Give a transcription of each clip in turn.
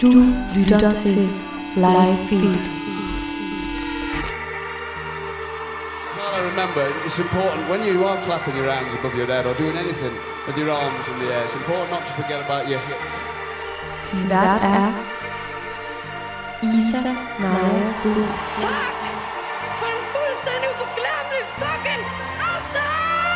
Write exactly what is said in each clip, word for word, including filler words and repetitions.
Du lytter til Live Feed. Well, I remember, it's important when you are clapping your hands above your head or doing anything with your arms in the air, it's important not to forget about your hip. Din vært er Isa Naja Blue. Tak for en fuldstændig uforglemmelig fucking aften!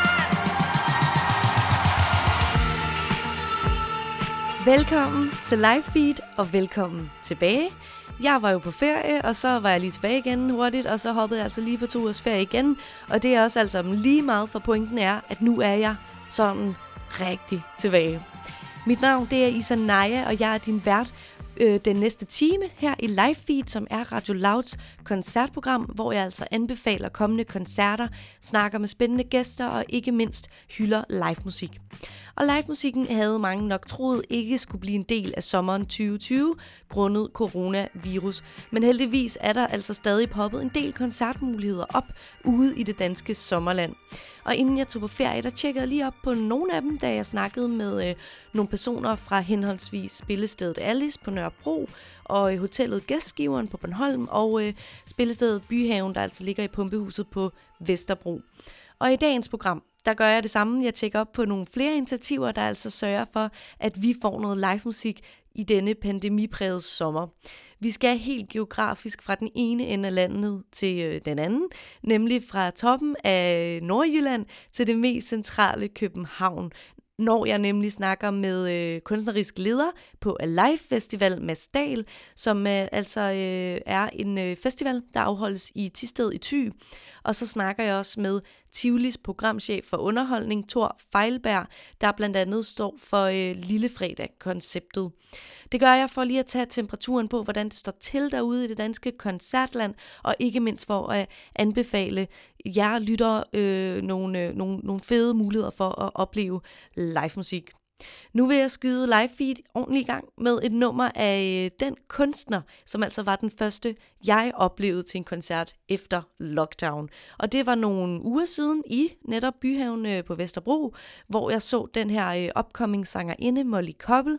Velkommen til Live Feed, og velkommen tilbage. Jeg var jo på ferie, og så var jeg lige tilbage igen hurtigt, og så hoppede jeg altså lige på to ugers ferie igen. Og det er også altså lige meget, for pointen er, at nu er jeg sådan rigtig tilbage. Mit navn det er Isa Naja, og jeg er din vært øh, den næste time her i Live Feed, som er Radio Louds koncertprogram, hvor jeg altså anbefaler kommende koncerter, snakker med spændende gæster og ikke mindst hylder live musik. Og livemusikken havde mange nok troet ikke skulle blive en del af sommeren tyve tyve grundet coronavirus. Men heldigvis er der altså stadig poppet en del koncertmuligheder op ude i det danske sommerland. Og inden jeg tog på ferie, der tjekkede jeg lige op på nogle af dem, da jeg snakkede med øh, nogle personer fra henholdsvis spillestedet Alice på Nørrebro og øh, hotellet Gæstgiveren på Bornholm og øh, spillestedet Byhaven, der altså ligger i Pumpehuset på Vesterbro. Og i dagens program, der gør jeg det samme. Jeg tjekker op på nogle flere initiativer, der altså sørger for, at vi får noget live musik i denne pandemiprægede sommer. Vi skal helt geografisk fra den ene ende af landet til øh, den anden, nemlig fra toppen af Nordjylland til det mest centrale København, når jeg nemlig snakker med øh, kunstnerisk leder på Alive Festival Mads Dahl, som øh, altså øh, er en øh, festival, der afholdes i Thisted i Thy. Og så snakker jeg også med Tivolis programchef for underholdning, Thor Feilberg, der blandt andet står for øh, Lillefredag-konceptet. Det gør jeg for lige at tage temperaturen på, hvordan det står til derude i det danske koncertland, og ikke mindst for at anbefale jer lytter øh, nogle, øh, nogle, nogle fede muligheder for at opleve live musik. Nu vil jeg skyde Live Feed ordentligt i gang med et nummer af den kunstner, som altså var den første, jeg oplevede til en koncert efter lockdown. Og det var nogle uger siden i netop Byhaven på Vesterbro, hvor jeg så den her upcoming sangerinde Molly Koppel.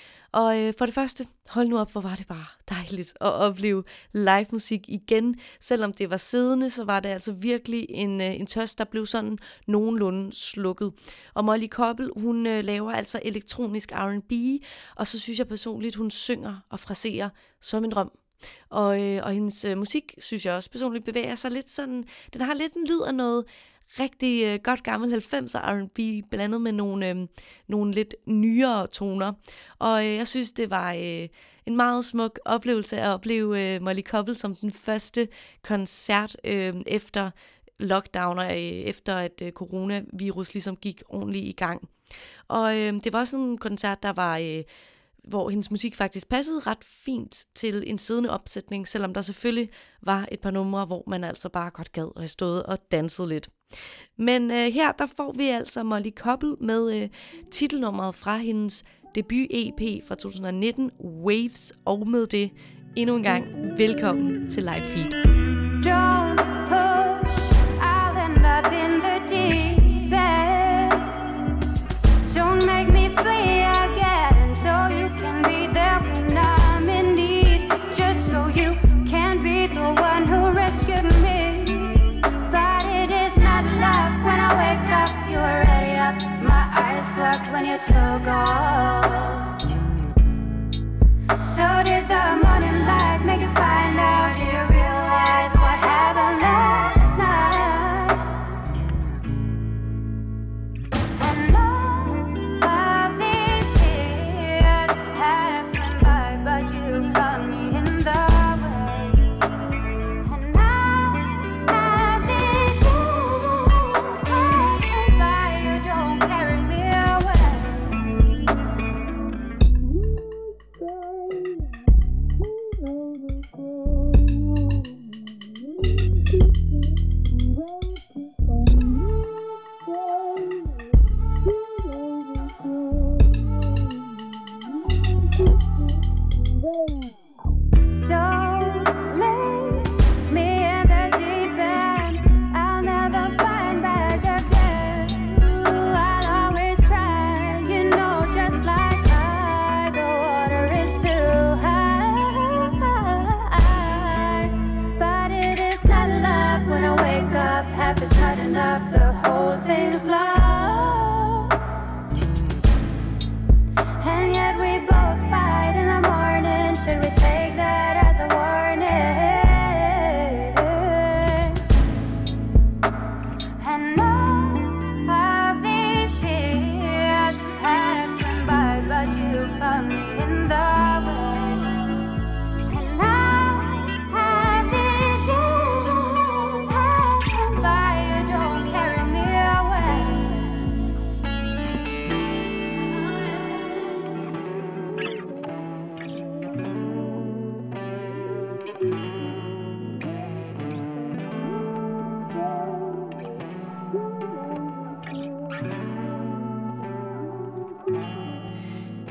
Og øh, for det første, hold nu op, hvor var det bare dejligt at opleve live musik igen. Selvom det var siddende, så var det altså virkelig en, øh, en tørst, der blev sådan nogenlunde slukket. Og Molly Koppel, hun øh, laver altså elektronisk R and B, og så synes jeg personligt, hun synger og fraserer som en drøm. Og, øh, og hendes øh, musik, synes jeg også personligt, bevæger sig lidt sådan, den har lidt en lyd af noget rigtig øh, godt gammel halvfemser R and B, blandet med nogle, øh, nogle lidt nyere toner. Og øh, jeg synes, det var øh, en meget smuk oplevelse at opleve øh, Molly Koppel som den første koncert øh, efter lockdown og øh, efter at øh, coronavirus ligesom gik ordentligt i gang. Og øh, det var også en koncert, der var... Øh, hvor hendes musik faktisk passede ret fint til en siddende opsætning, selvom der selvfølgelig var et par numre, hvor man altså bare godt gad at have stået og danset lidt. Men øh, her der får vi altså Molly Koppel med øh, titelnummeret fra hendes debut-E P fra to tusind nitten, Waves, og med det endnu en gang velkommen til Live Feed. Don't push, I'll end up in the deep end. Don't make me flee again, so you can be there when I'm in need. Just so you can be the one who rescued me. But it is not love when I wake up, you were already up. My eyes locked when you took off. So did the morning light make you find out? Do you realize what happened last night? And all of these years have swum by, but you found me in the waves. And now of these years have swum by, you don't carry me away.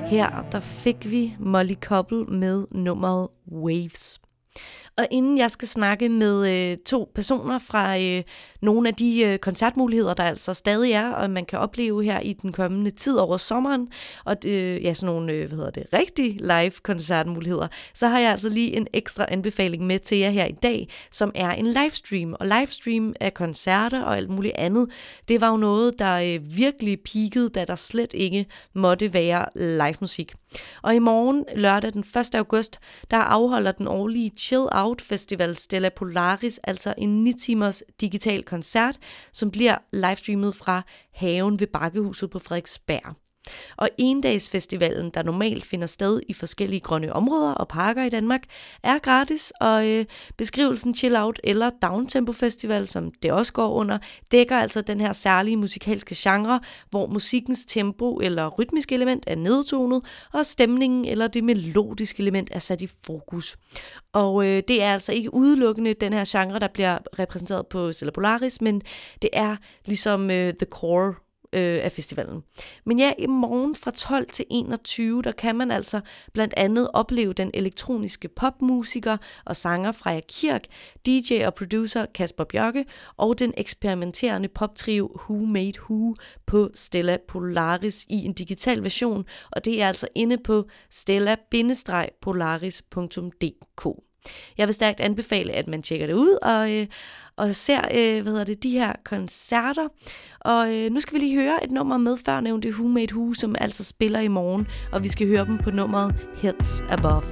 Her der fik vi Molly Koppel med nummeret Waves. Og inden jeg skal snakke med øh, to personer fra øh, nogle af de øh, koncertmuligheder, der altså stadig er, og man kan opleve her i den kommende tid over sommeren, og øh, ja, sådan nogle, øh, hvad hedder det, rigtige live-koncertmuligheder, så har jeg altså lige en ekstra anbefaling med til jer her i dag, som er en livestream. Og livestream af koncerter og alt muligt andet, det var jo noget, der øh, virkelig peakede, da der slet ikke måtte være live musik. Og i morgen, lørdag den første august, der afholder den årlige Chill Out Festival Stella Polaris, altså en ni timers digital koncert, som bliver livestreamet fra haven ved Bakkehuset på Frederiksberg. Og endagsfestivalen, der normalt finder sted i forskellige grønne områder og parker i Danmark, er gratis, og øh, beskrivelsen Chill Out eller Downtempo Festival, som det også går under, dækker altså den her særlige musikalske genre, hvor musikkens tempo eller rytmiske element er nedtonet, og stemningen eller det melodiske element er sat i fokus. Og øh, det er altså ikke udelukkende den her genre, der bliver repræsenteret på Stella Polaris, men det er ligesom øh, the core af festivalen. Men ja, i morgen fra tolv til enogtyve, der kan man altså blandt andet opleve den elektroniske popmusiker og sanger Freja Kirk, D J og producer Kasper Bjørke og den eksperimenterende poptrio Who Made Who på Stella Polaris i en digital version, og det er altså inde på stella polaris punktum d k. Jeg vil stærkt anbefale, at man tjekker det ud og, øh, og ser øh, hvad hedder det, de her koncerter. Og øh, nu skal vi lige høre et nummer med førnævnte Who Made Who, som altså spiller i morgen, og vi skal høre dem på nummeret Heads Above.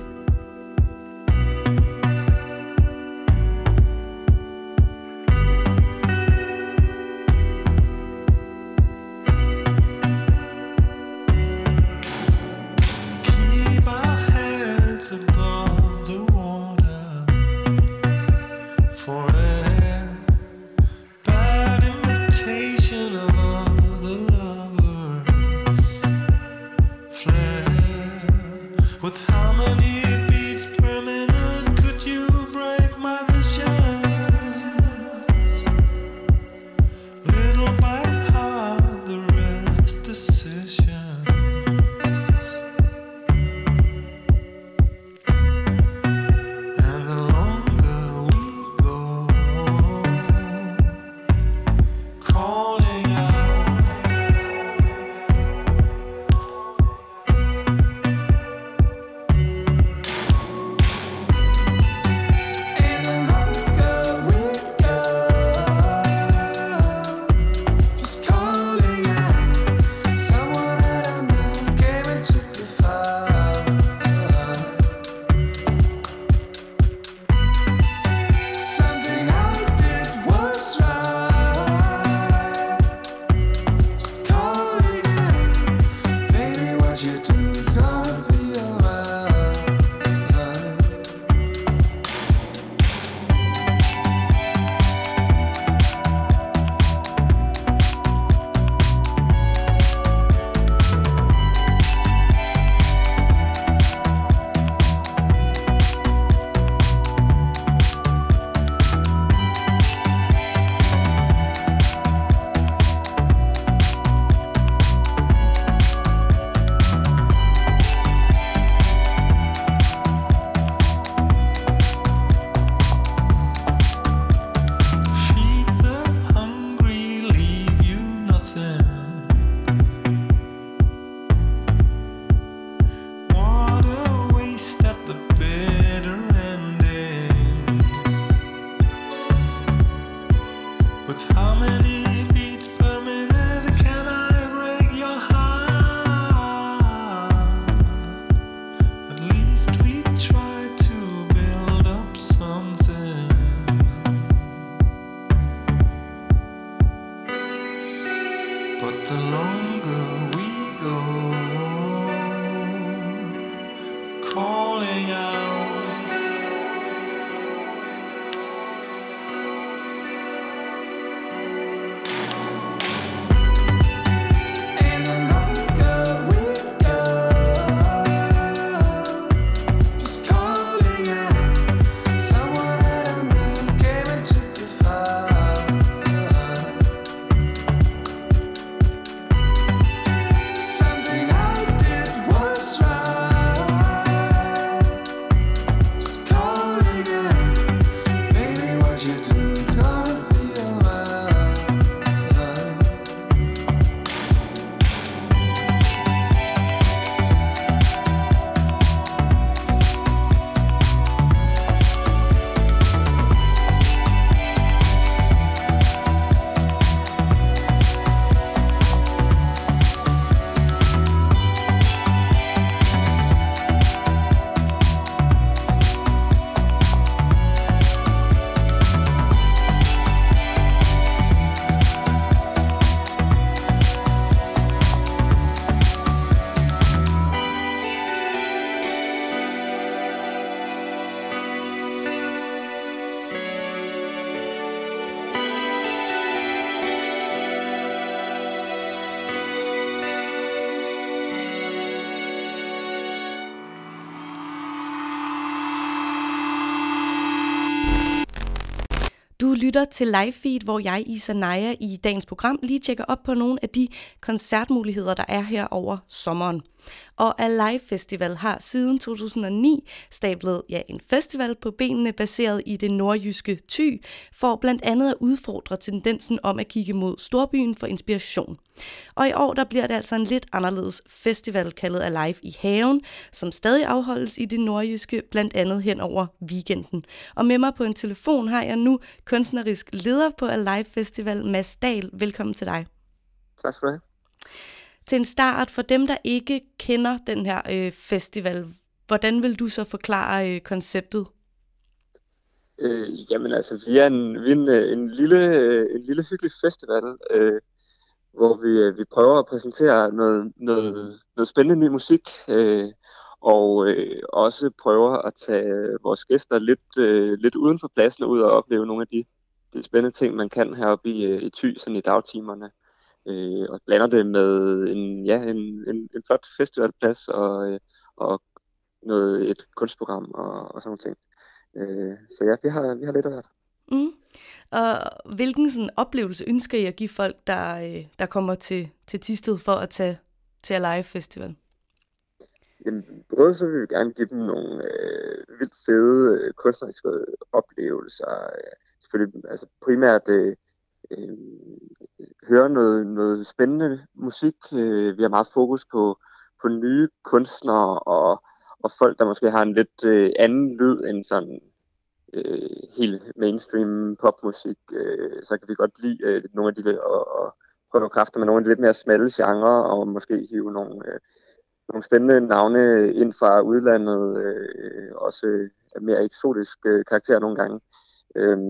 Du lytter til Live Feed, hvor jeg, Isa Naja, i dagens program lige tjekker op på nogle af de koncertmuligheder, der er her over sommeren. Og Alive Festival har siden to tusind og ni stablet ja, en festival på benene baseret i det nordjyske Thy, for blandt andet at udfordre tendensen om at kigge mod storbyen for inspiration. Og i år der bliver det altså en lidt anderledes festival kaldet Alive i Haven, som stadig afholdes i det nordjyske, blandt andet hen over weekenden. Og med mig på en telefon har jeg nu kunstnerisk leder på Alive Festival, Mads Dahl. Velkommen til dig. Tak skal du have. Til en start, for dem, der ikke kender den her øh, festival, hvordan vil du så forklare øh, konceptet? Øh, jamen altså, vi er en, vi er en, en, lille, en lille hyggelig festival, øh, hvor vi, vi prøver at præsentere noget, noget, noget spændende ny musik, øh, og øh, også prøver at tage vores gæster lidt, øh, lidt uden for pladsen ud og opleve nogle af de, de spændende ting, man kan heroppe i, i Thy, sådan i dagtimerne. Øh, og blander det med en, ja, en, en, en flot festivalplads og, øh, og noget, et kunstprogram og, og sådan nogle ting. Øh, så ja, vi har, vi har lidt af hvert. Mm. Og hvilken sådan oplevelse ønsker I at give folk, der, øh, der kommer til, til Thisted for at tage til Alive Festival? Jamen, både så vil vi gerne give dem nogle øh, vildt fede øh, kunstneriske oplevelser. Øh, selvfølgelig altså primært øh, øh, høre noget, noget spændende musik. Øh, vi har meget fokus på, på nye kunstnere og, og folk, der måske har en lidt øh, anden lyd end sådan øh, helt mainstream popmusik. Øh, så kan vi godt lide øh, nogle af de og, og prøve at kræfte med nogle af de lidt mere smalle genrer og måske hive nogle, øh, nogle spændende navne ind fra udlandet. Øh, også øh, mere eksotiske øh, karakterer nogle gange. Øh,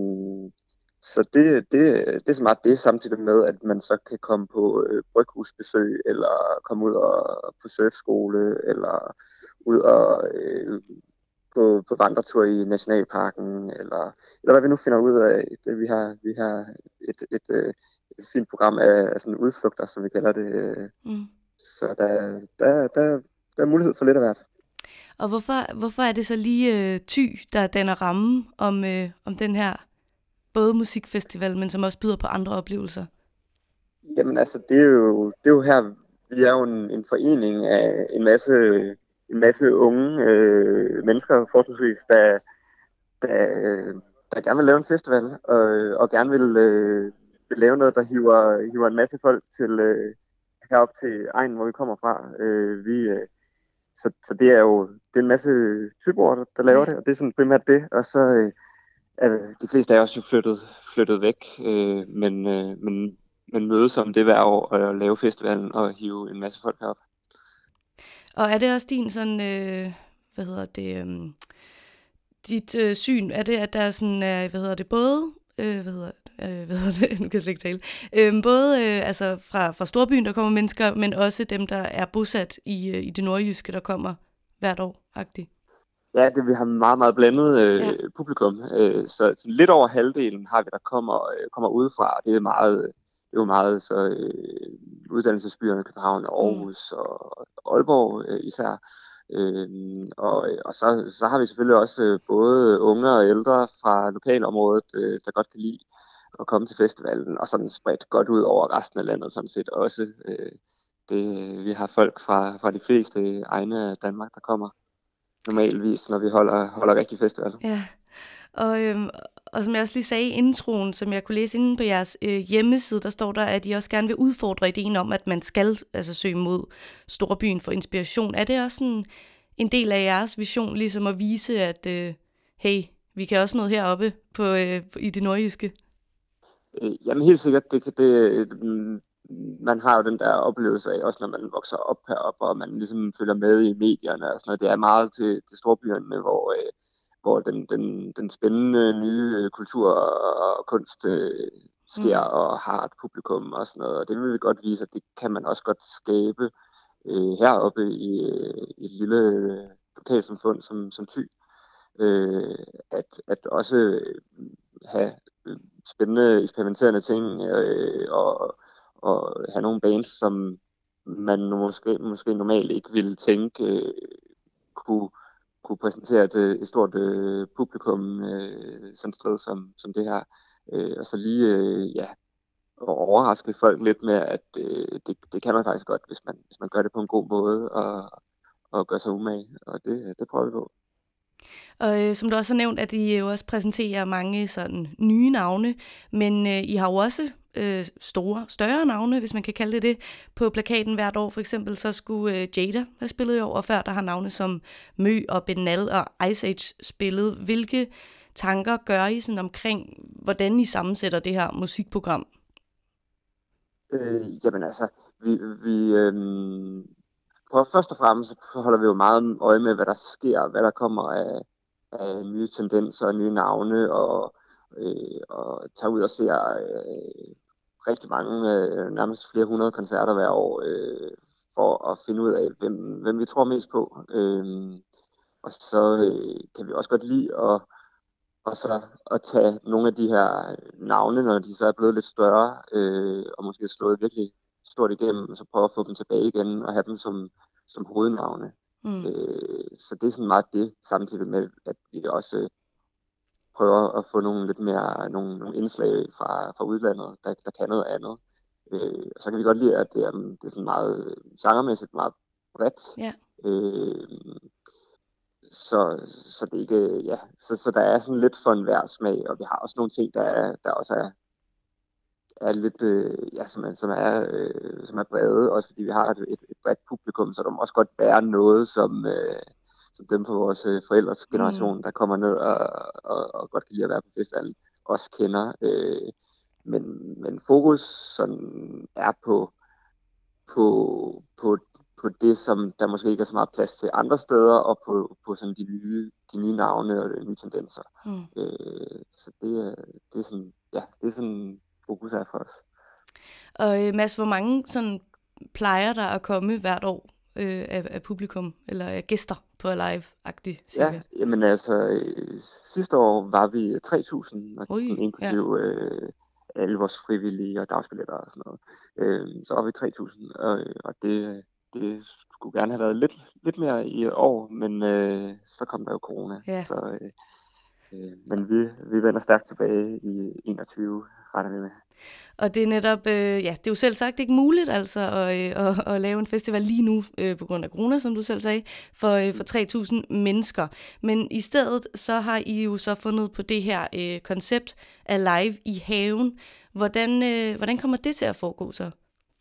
Så det, det, det er så meget det, samtidig med, at man så kan komme på øh, bryghusbesøg, eller komme ud og på surfskole, eller ud og øh, på, på vandretur i Nationalparken, eller, eller hvad vi nu finder ud af. Det, vi har, vi har et, et, et, et fint program af, af sådan udflugter, som vi kalder det. Mm. Så der, der, der, der er mulighed for lidt af hvert. Og hvorfor, hvorfor er det så lige øh, Thy, der danner rammen om, øh, om den her både musikfestival, men som også byder på andre oplevelser? Jamen altså, det er jo, det er jo her, vi er jo en, en forening af en masse, en masse unge øh, mennesker, forholdsvis, der, der, der gerne vil lave en festival, og, og gerne vil, øh, vil lave noget, der hiver, hiver en masse folk til øh, herop til egnen, hvor vi kommer fra. Øh, vi, øh, så, så det er jo det er en masse typer, der, der laver det, og det er sådan primært det, og så øh, de fleste af os jo flyttet, flyttet væk, øh, men, øh, men, men mødes om det hver år og lave festivalen og hive en masse folk herop. Og er det også din sådan, øh, hvad hedder det, øh, dit øh, syn, er det, at der er sådan, øh, hvad hedder det, både, øh, hvad hedder det, øh, hvad hedder det, nu kan jeg slet ikke tale, øh, både øh, altså fra, fra storbyen, der kommer mennesker, men også dem, der er bosat i, øh, i det nordjyske, der kommer hvert år-agtigt? Ja, det vi har meget, meget blandet øh, ja. publikum. Øh, så, så lidt over halvdelen har vi, der kommer, øh, kommer udefra. Det er meget, det er jo meget så øh, uddannelsesbyerne, København, Aarhus mm. og, og Aalborg øh, især. Øh, og og så, så har vi selvfølgelig også øh, både unge og ældre fra lokalområdet, øh, der godt kan lide at komme til festivalen, og sådan spredt godt ud over resten af landet sådan set også. Øh, det, vi har folk fra, fra de fleste egne af Danmark, der kommer normalvis, når vi holder, holder rigtig festival. Ja, og, øhm, og som jeg også lige sagde i introen, som jeg kunne læse inde på jeres øh, hjemmeside, der står der, at I også gerne vil udfordre ideen om, at man skal altså søge mod storbyen for inspiration. Er det også sådan en del af jeres vision, ligesom at vise, at øh, hey, vi kan også noget heroppe på, øh, i det nordjyske? Øh, jamen helt sikkert, det, det, man har jo den der oplevelse af, også når man vokser op heroppe, og man ligesom følger med i medierne og sådan noget. Det er meget til, til storbyerne, hvor, øh, hvor den, den, den spændende nye kultur og kunst øh, sker mm. og har et publikum og sådan noget. Og det vil vi godt vise, at det kan man også godt skabe øh, heroppe i, i et lille øh, lokalsamfund som, som Thy. Øh, at, at også have spændende eksperimenterende ting øh, og og have nogle bands, som man måske, måske normalt ikke ville tænke øh, kunne, kunne præsentere et, et stort øh, publikum øh, sådan et sted som, som det her. øh, og så lige øh, ja, overraske folk lidt med, at øh, det, det kan man faktisk godt, hvis man, hvis man gør det på en god måde og, og gør sig umage, og det, det prøver vi på. Og øh, som du også har nævnt, at I jo også præsenterer mange sådan nye navne, men øh, I har jo også øh, store, større navne, hvis man kan kalde det det, på plakaten hvert år. For eksempel så skulle øh, Jada have spillet i år, og før der har navne som Mø og Benal og Ice Age spillet. Hvilke tanker gør I sådan omkring, hvordan I sammensætter det her musikprogram? Øh, jamen altså, vi, vi øh, prøver først og fremmest, så holder vi jo meget øje med, hvad der sker, hvad der kommer af, af nye tendenser og nye navne, og, øh, og tager ud og ser øh, rigtig mange, øh, nærmest flere hundrede koncerter hver år, øh, for at finde ud af, hvem, hvem vi tror mest på. Øh, og så øh, kan vi også godt lide at og så at tage nogle af de her navne, når de så er blevet lidt større, øh, og måske slået virkelig stort igennem, og så prøve at få dem tilbage igen, og have dem som, som hovednavne. Mm. Øh, så det er sådan meget det, samtidig med, at vi også øh, prøver at få nogle lidt mere, nogle, nogle indslag fra, fra udlandet, der, der kan noget andet. Øh, og så kan vi godt lide, at det er, det er sådan meget genremæssigt meget bredt. Yeah. Øh, Så, så det ikke, ja, så, så der er sådan lidt for enhver smag, og vi har også nogle ting, der, er, der også er, er lidt, øh, ja, som er, som er, øh, som er brede, også fordi vi har et, et, et bredt publikum, så der må også godt være noget, som, øh, som dem fra vores øh, forældres generation, mm. der kommer ned og, og, og godt kan lide at være på festivalen, også kender. Øh, men, men fokus sådan er på, på, på på det, som der måske ikke er så meget plads til andre steder, og på, på sådan de nye, de nye navne og de nye tendenser. Mm. Øh, så det, det er sådan, ja, det er sådan fokus er for os. Og Mads, hvor mange sådan plejer der at komme hvert år øh, af, af publikum, eller af gæster på Alive-agtigt? Ja, jamen altså, sidste år var vi tre tusind, og Ui, sådan inklusive ja. øh, alle vores frivillige og dagsbilletter og sådan noget. Øh, så var vi tre tusind, og, og det Det skulle gerne have været lidt, lidt mere i år, men øh, så kom der jo corona. Ja. Så, øh, øh, men vi, vi vender stærkt tilbage i enogtyve, retter vi med. Og det er netop, øh, ja, det er jo selv sagt ikke muligt altså at, øh, at, at lave en festival lige nu øh, på grund af corona, som du selv sagde, for, øh, for tre tusind mennesker. Men i stedet så har I jo så fundet på det her øh, koncept af live i haven. Hvordan, øh, hvordan kommer det til at foregå så?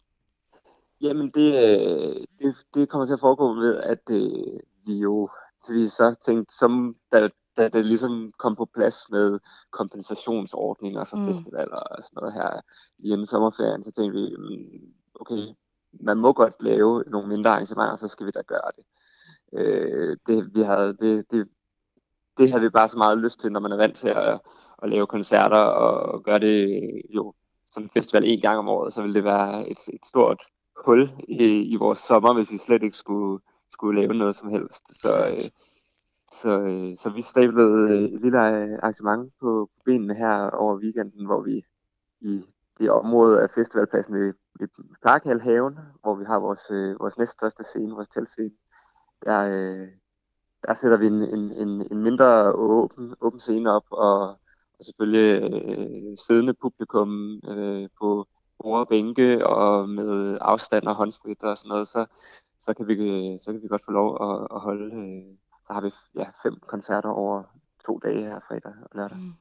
Jamen, det, det, det kommer til at foregå med, at øh, vi jo vi så tænkte, som da, da det ligesom kom på plads med kompensationsordninger for mm. festivaler og sådan noget her lige inden sommerferien, så tænkte vi, okay, man må godt lave nogle mindre arrangementer, så skal vi da gøre det. Øh, det, vi havde, det, det, det havde vi bare så meget lyst til, når man er vant til at, at lave koncerter og gøre det jo som en festival en gang om året, så ville det være et, et stort hul i, i vores sommer, hvis vi slet ikke skulle, skulle lave noget som helst. Så, øh, så, øh, så vi stablede et lille arrangement på benene her over weekenden, hvor vi i det område af festivalpladsen ved, ved Parkhalhaven, hvor vi har vores, øh, vores næststørste scene, vores teltscene, der, øh, der sætter vi en, en, en, en mindre åben, åben scene op, og, og selvfølgelig øh, siddende publikum øh, på borde og bænke, og med afstand og håndsprit og sådan noget, så, så, kan, vi, så kan vi godt få lov at, at holde, øh, så har vi ja, fem koncerter over to dage her, fredag og lørdag. Mm.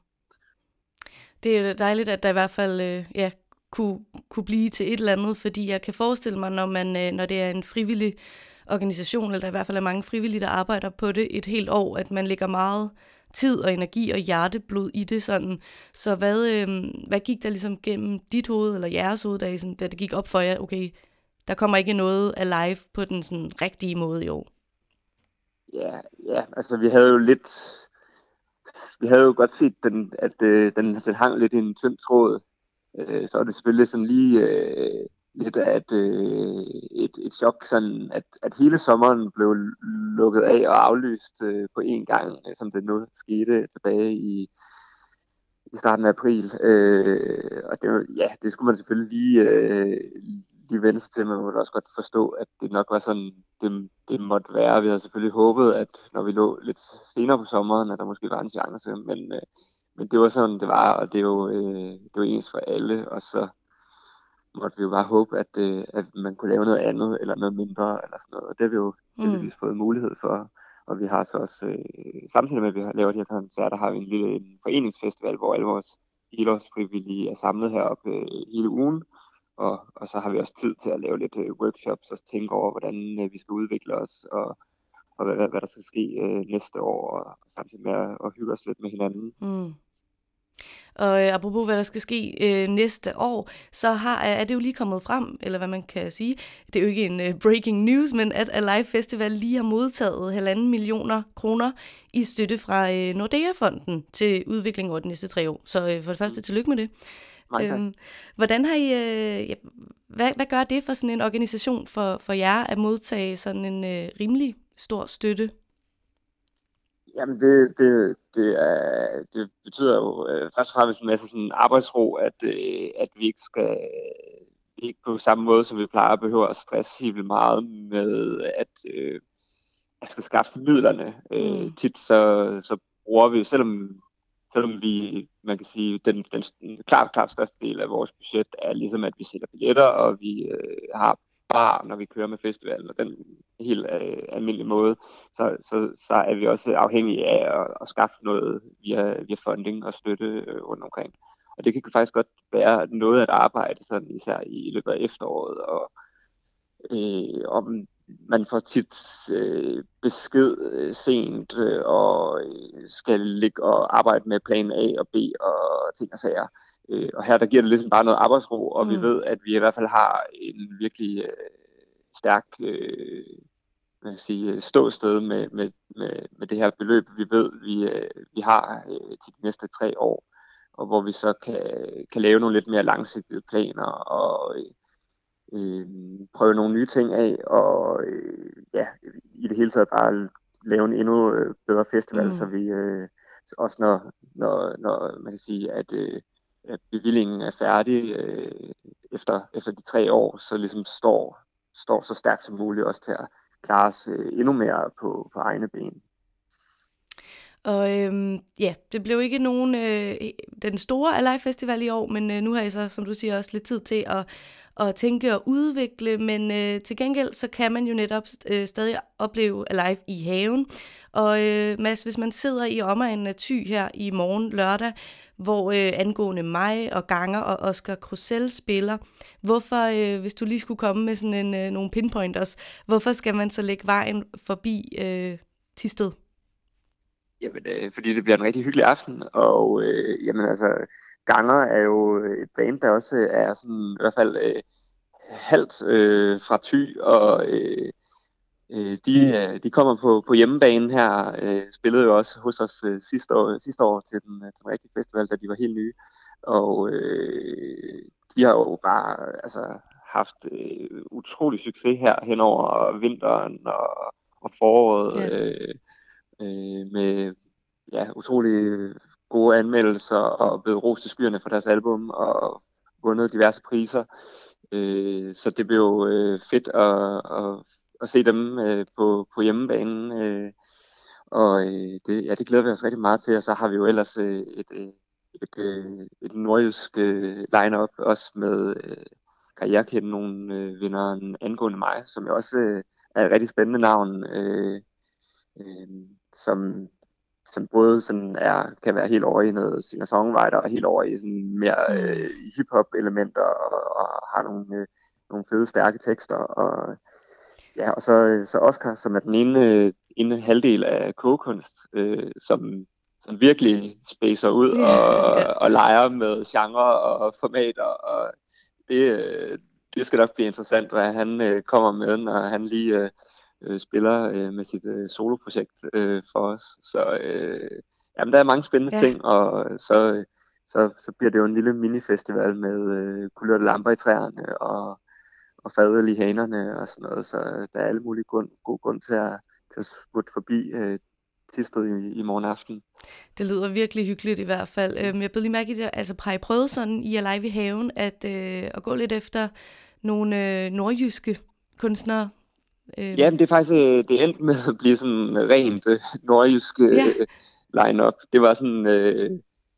Det er jo dejligt, at der i hvert fald øh, ja, kunne, kunne blive til et eller andet, fordi jeg kan forestille mig, når, man, øh, når det er en frivillig organisation, eller der i hvert fald er mange frivillige, der arbejder på det et helt år, at man lægger meget tid og energi og hjerteblod i det sådan. Så hvad, øh, hvad gik der ligesom gennem dit hoved eller jeres hoved, da, sådan, da det gik op for jer, okay, der kommer ikke noget alive på den sådan rigtige måde i år? Ja, ja, altså vi havde jo lidt, vi havde jo godt set, den, at øh, den, den hang lidt i en tynd tråd. Øh, så var det selvfølgelig sådan lige øh, lidt af et, øh, et, et chok, sådan at, at hele sommeren blev lukket af og aflyst øh, på én gang, som det nu skete tilbage i, i starten af april. Øh, og det, ja, det skulle man selvfølgelig lige, øh, lige vende sig til, men man måtte også godt forstå, at det nok var sådan, det, det måtte være. Vi havde selvfølgelig håbet, at når vi lå lidt senere på sommeren, at der måske var en chance, men, øh, men det var sådan, det var, og det er jo, øh, det var ens for alle, og så måtte vi jo bare håbe, at, øh, at man kunne lave noget andet, eller noget mindre, eller sådan noget, og det har vi jo heldigvis mm. fået mulighed for, og vi har så også, øh, samtidig med, at vi laver de her koncerter, har vi en lille en foreningsfestival, hvor alle vores helårsfrivillige er samlet heroppe øh, hele ugen, og, og så har vi også tid til at lave lidt øh, workshops, og tænke over, hvordan øh, vi skal udvikle os, og og hvad, hvad der skal ske øh, næste år, og, og samtidig med at, at hygge os lidt med hinanden. Mm. Og øh, apropos hvad der skal ske øh, næste år, så har, er det jo lige kommet frem, eller hvad man kan sige, det er jo ikke en øh, breaking news, men at Alive Festival lige har modtaget halvanden millioner kroner i støtte fra øh, Nordea-fonden til udvikling over de næste tre år. Så øh, for det første, tillykke med det. Øhm, hvordan har I, øh, ja, hvad, hvad gør det for sådan en organisation for, for jer at modtage sådan en øh, rimelig stor støtte? Jamen det, det, det, er, det betyder jo øh, først og fremmest en masse sådan arbejdsro, at, øh, at vi ikke skal vi ikke på samme måde, som vi plejer at behøve at stresse helt vildt meget med, at øh, jeg skal skaffe midlerne. Øh, mm. Tit så, så bruger vi, selvom, selvom vi, man kan sige, den, den, den klart, klart største del af vores budget er ligesom, at vi sælger billetter, og vi øh, har bar, når vi kører med festivalen, og den helt øh, almindelige måde, så, så, så er vi også afhængige af at, at skaffe noget via, via funding og støtte øh, rundt omkring. Og det kan faktisk godt være noget at arbejde, sådan især i løbet af efteråret, og øh, om man får tit øh, besked øh, sent, øh, og øh, skal ligge og arbejde med plan A og B og ting og sager. Øh, og her der giver det ligesom bare noget arbejdsro, og mm. vi ved, at vi i hvert fald har en virkelig øh, stærk øh, hvad kan sige, ståsted med, med, med, med det her beløb, vi ved, vi, øh, vi har øh, til de næste tre år, og hvor vi så kan, kan lave nogle lidt mere langsigtede planer, og øh, prøve nogle nye ting af, og øh, ja, i det hele taget bare lave en endnu øh, bedre festival, mm. så vi øh, også når, når, når man kan sige, at øh, at bevillingen er færdig øh, efter, efter de tre år, så ligesom står, står så stærkt som muligt også til at klare os øh, endnu mere på, på egne ben. Og øhm, ja, det blev ikke nogen øh, den store Alive Festival i år, men øh, nu har I så, som du siger, også lidt tid til at, at tænke og udvikle, men øh, til gengæld så kan man jo netop øh, stadig opleve Alive i haven. Og øh, Mads, hvis man sidder i omegnen af Thy her i morgen lørdag, hvor øh, angående mig og Ganger og Oscar Crusell spiller, hvorfor, øh, hvis du lige skulle komme med sådan en, øh, nogle pinpointers, hvorfor skal man så lægge vejen forbi øh, Thisted? Jamen, øh, fordi det bliver en rigtig hyggelig aften, og øh, jamen altså, Ganger er jo et band, der også er sådan, i hvert fald øh, halvt øh, fra Thy, og øh, øh, de, de kommer på, på hjemmebanen her, øh, spillede jo også hos os øh, sidste, år, sidste år til den, til den rigtige festival, da de var helt nye, og øh, de har jo bare altså, haft øh, utrolig succes her hen over vinteren og, og foråret, ja. øh, øh, med ja, utrolig gode anmeldelser og blevet rost til skyerne for deres album og vundet diverse priser. Øh, så det blev jo øh, fedt at, at, at se dem øh, på, på hjemmebanen. Øh, og øh, det, ja, det glæder vi os rigtig meget til. Og så har vi jo ellers øh, et, et, et, et, et nordjysk øh, line-up også med øh, karrierekenden nogle øh, vinderen angående mig, som jo også øh, er et rigtig spændende navn, øh, øh, som som både sådan er, kan være helt over i noget singer-songwriter og helt over i sådan mere øh, hip-hop-elementer og, og har nogle, øh, nogle fede, stærke tekster. Og, ja, og så, så Oscar, som er den ene, ene halvdel af kogekunst, øh, som, som virkelig spacer ud og, yeah. og leger med genre og formater. Og det, det skal nok blive interessant, hvad han øh, kommer med, når han lige... Øh, spiller øh, med sit øh, soloprojekt øh, for os. Så øh, jamen, der er mange spændende ja. ting, og så, så, så bliver det jo en lille minifestival med øh, kulørte lamper i træerne og, og fadøl i hanerne og sådan noget. Så der er alle mulige grund, gode grund til at, til at sputte forbi øh, Thisted i, i morgen aften. Det lyder virkelig hyggeligt i hvert fald. Øhm, jeg blev lige mærke i det, altså har I prøvet sådan i Alive i haven at, øh, at gå lidt efter nogle øh, nordjyske kunstnere? Øh. Ja, men det er faktisk det endte med at blive sådan rent øh, nordjysk øh, ja. line-up. Det var sådan, øh,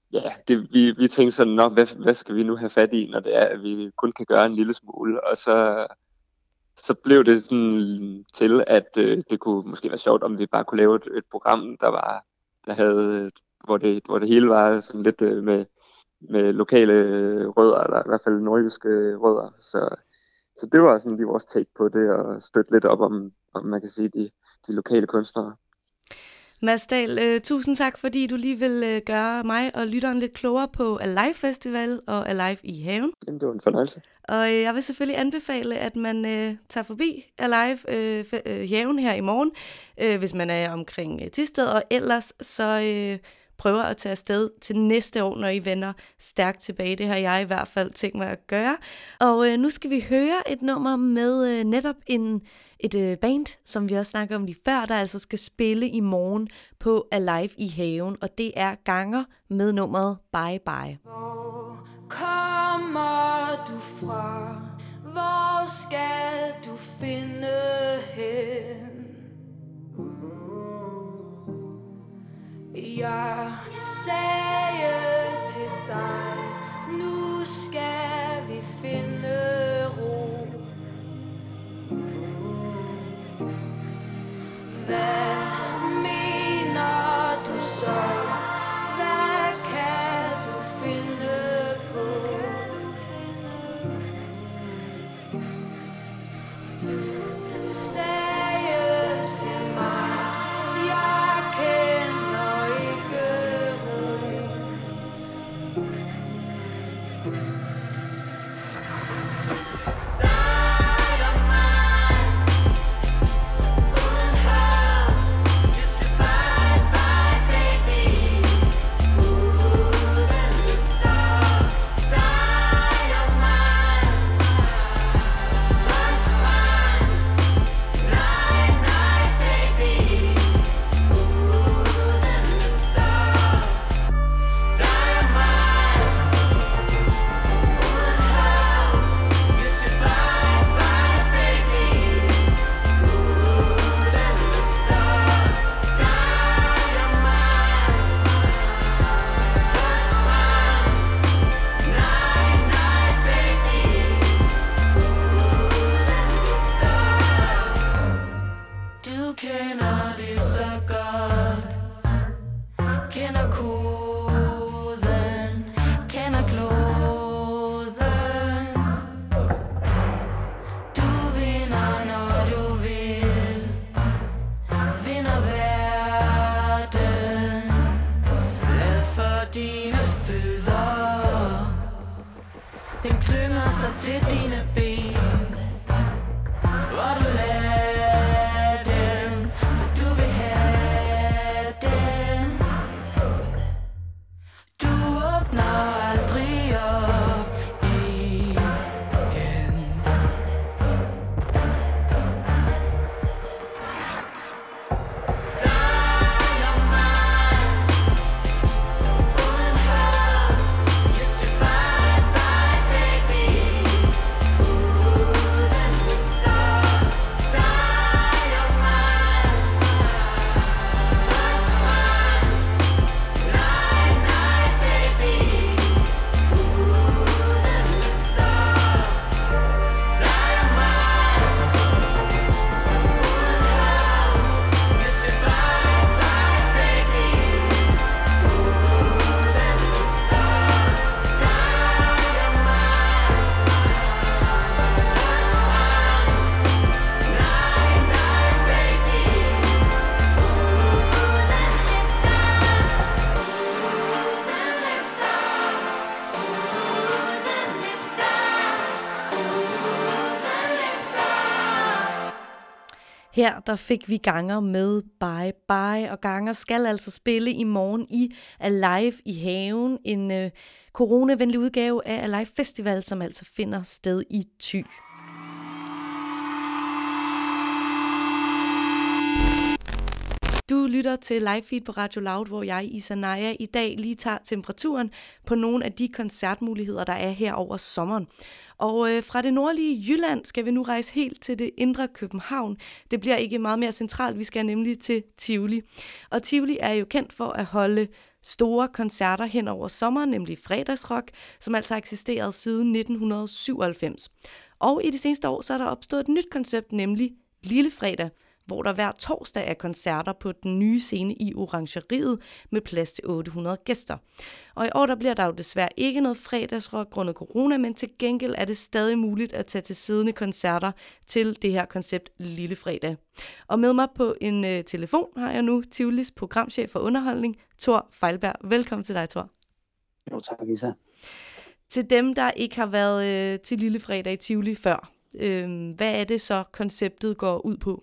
ja, det, vi, vi tænkte sådan, nok, hvad, hvad skal vi nu have fat i, når det er, at vi kun kan gøre en lille smule. Og så, så blev det sådan til, at øh, det kunne måske være sjovt, om vi bare kunne lave et, et program, der var, der havde, hvor det, hvor det hele var sådan lidt øh, med, med lokale rødder, eller i hvert fald nordjyske rødder. Så, så det var sådan lige vores take på det, og støtte lidt op om, om man kan sige, de, de lokale kunstnere. Mads Dahl, øh, tusind tak, fordi du lige vil øh, gøre mig og lytteren lidt klogere på Alive Festival og Alive i Haven. Jamen, det var en fornøjelse. Og øh, jeg vil selvfølgelig anbefale, at man øh, tager forbi Alive øh, f- øh, Haven her i morgen, øh, hvis man er omkring øh, Thisted, og ellers så øh, prøver at tage afsted til næste år, når I vender stærkt tilbage. Det har jeg i hvert fald tænkt mig at gøre. Og øh, nu skal vi høre et nummer med øh, netop en, et øh, band, som vi også snakker om lige før, der altså skal spille i morgen på Alive i Haven. Og det er Ganger med nummeret Bye Bye. Hvor kommer du fra? Hvor skal du finde hen? Jeg sagde til dig, nu skal vi finde ro. Hvad mener du så? Hvad kan du finde på? Du sagde til mig, jeg kender ikke ro. Dig og mig, uden her, vi siger bye bye baby. Uden løfter, dig og mig, på en strand. Nej, nej baby, uden løfter, dig og mig, uden her, vi siger bye bye baby. Uden løfter, dig og mig, på en strand. Nej, nej baby, uden løfter. Du kender det så godt, kender koden, kender kloden. Du vinder, når du vil, vinder verden. Alt for dine fødder, den klynger sig til dine ben. Hvor du lader den, for du vil have den. Du åbner aldrig op igen. Dig og mig, uden her, jeg siger bye bye baby. Uden løfter, dig og mig, på en strand. Nej, nej baby, uden løfter, dig og mig, uden her, jeg siger bye bye baby. Uden løfter, dig og mig, på en strand. Nej, nej baby, uden Her der fik vi Ganger med Bye Bye, og Ganger skal altså spille i morgen i Alive i Haven, en øh, coronavenlig udgave af Alive Festival, som altså finder sted i Thy. Du lytter til Live Feed på Radio Loud, hvor jeg, Isanaya, i dag lige tager temperaturen på nogle af de koncertmuligheder, der er her over sommeren. Og øh, fra det nordlige Jylland skal vi nu rejse helt til det indre København. Det bliver ikke meget mere centralt, vi skal nemlig til Tivoli. Og Tivoli er jo kendt for at holde store koncerter hen over sommeren, nemlig fredagsrock, som altså har eksisteret siden nitten syvoghalvfems. Og i de seneste år så er der opstået et nyt koncept, nemlig Lille Fredag, hvor der hver torsdag er koncerter på den nye scene i Orangeriet med plads til otte hundrede gæster. Og i år der bliver der jo desværre ikke noget fredagsrock grundet corona, men til gengæld er det stadig muligt at tage til siddende koncerter til det her koncept Lille Fredag. Og med mig på en øh, telefon har jeg nu Tivolis programchef for underholdning, Thor Feilberg. Velkommen til dig, Thor. Jo, tak, Lisa. Til dem, der ikke har været øh, til Lille Fredag i Tivoli før, øh, hvad er det så, konceptet går ud på?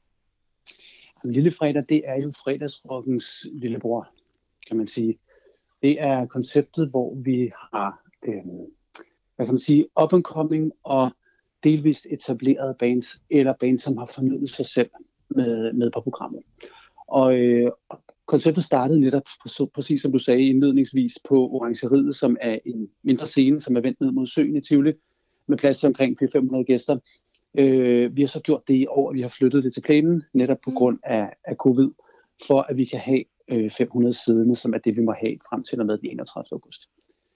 Lille Fredag, det er jo fredagsrockens lillebror, kan man sige. Det er konceptet, hvor vi har, øh, hvad kan man sige, up and coming og delvist etablerede bands, eller bands, som har fornyet sig selv med, med på programmet. Og øh, konceptet startede netop, præcis som du sagde indledningsvis, på Orangeriet, som er en mindre scene, som er vendt ned mod søen i Tivoli, med plads til omkring fire til fem hundrede gæster. Øh, vi har så gjort det i år, at vi har flyttet det til plænen, netop på grund af, af covid, for at vi kan have øh, fem hundrede siddende, som er det, vi må have frem til og med den enogtredivte august.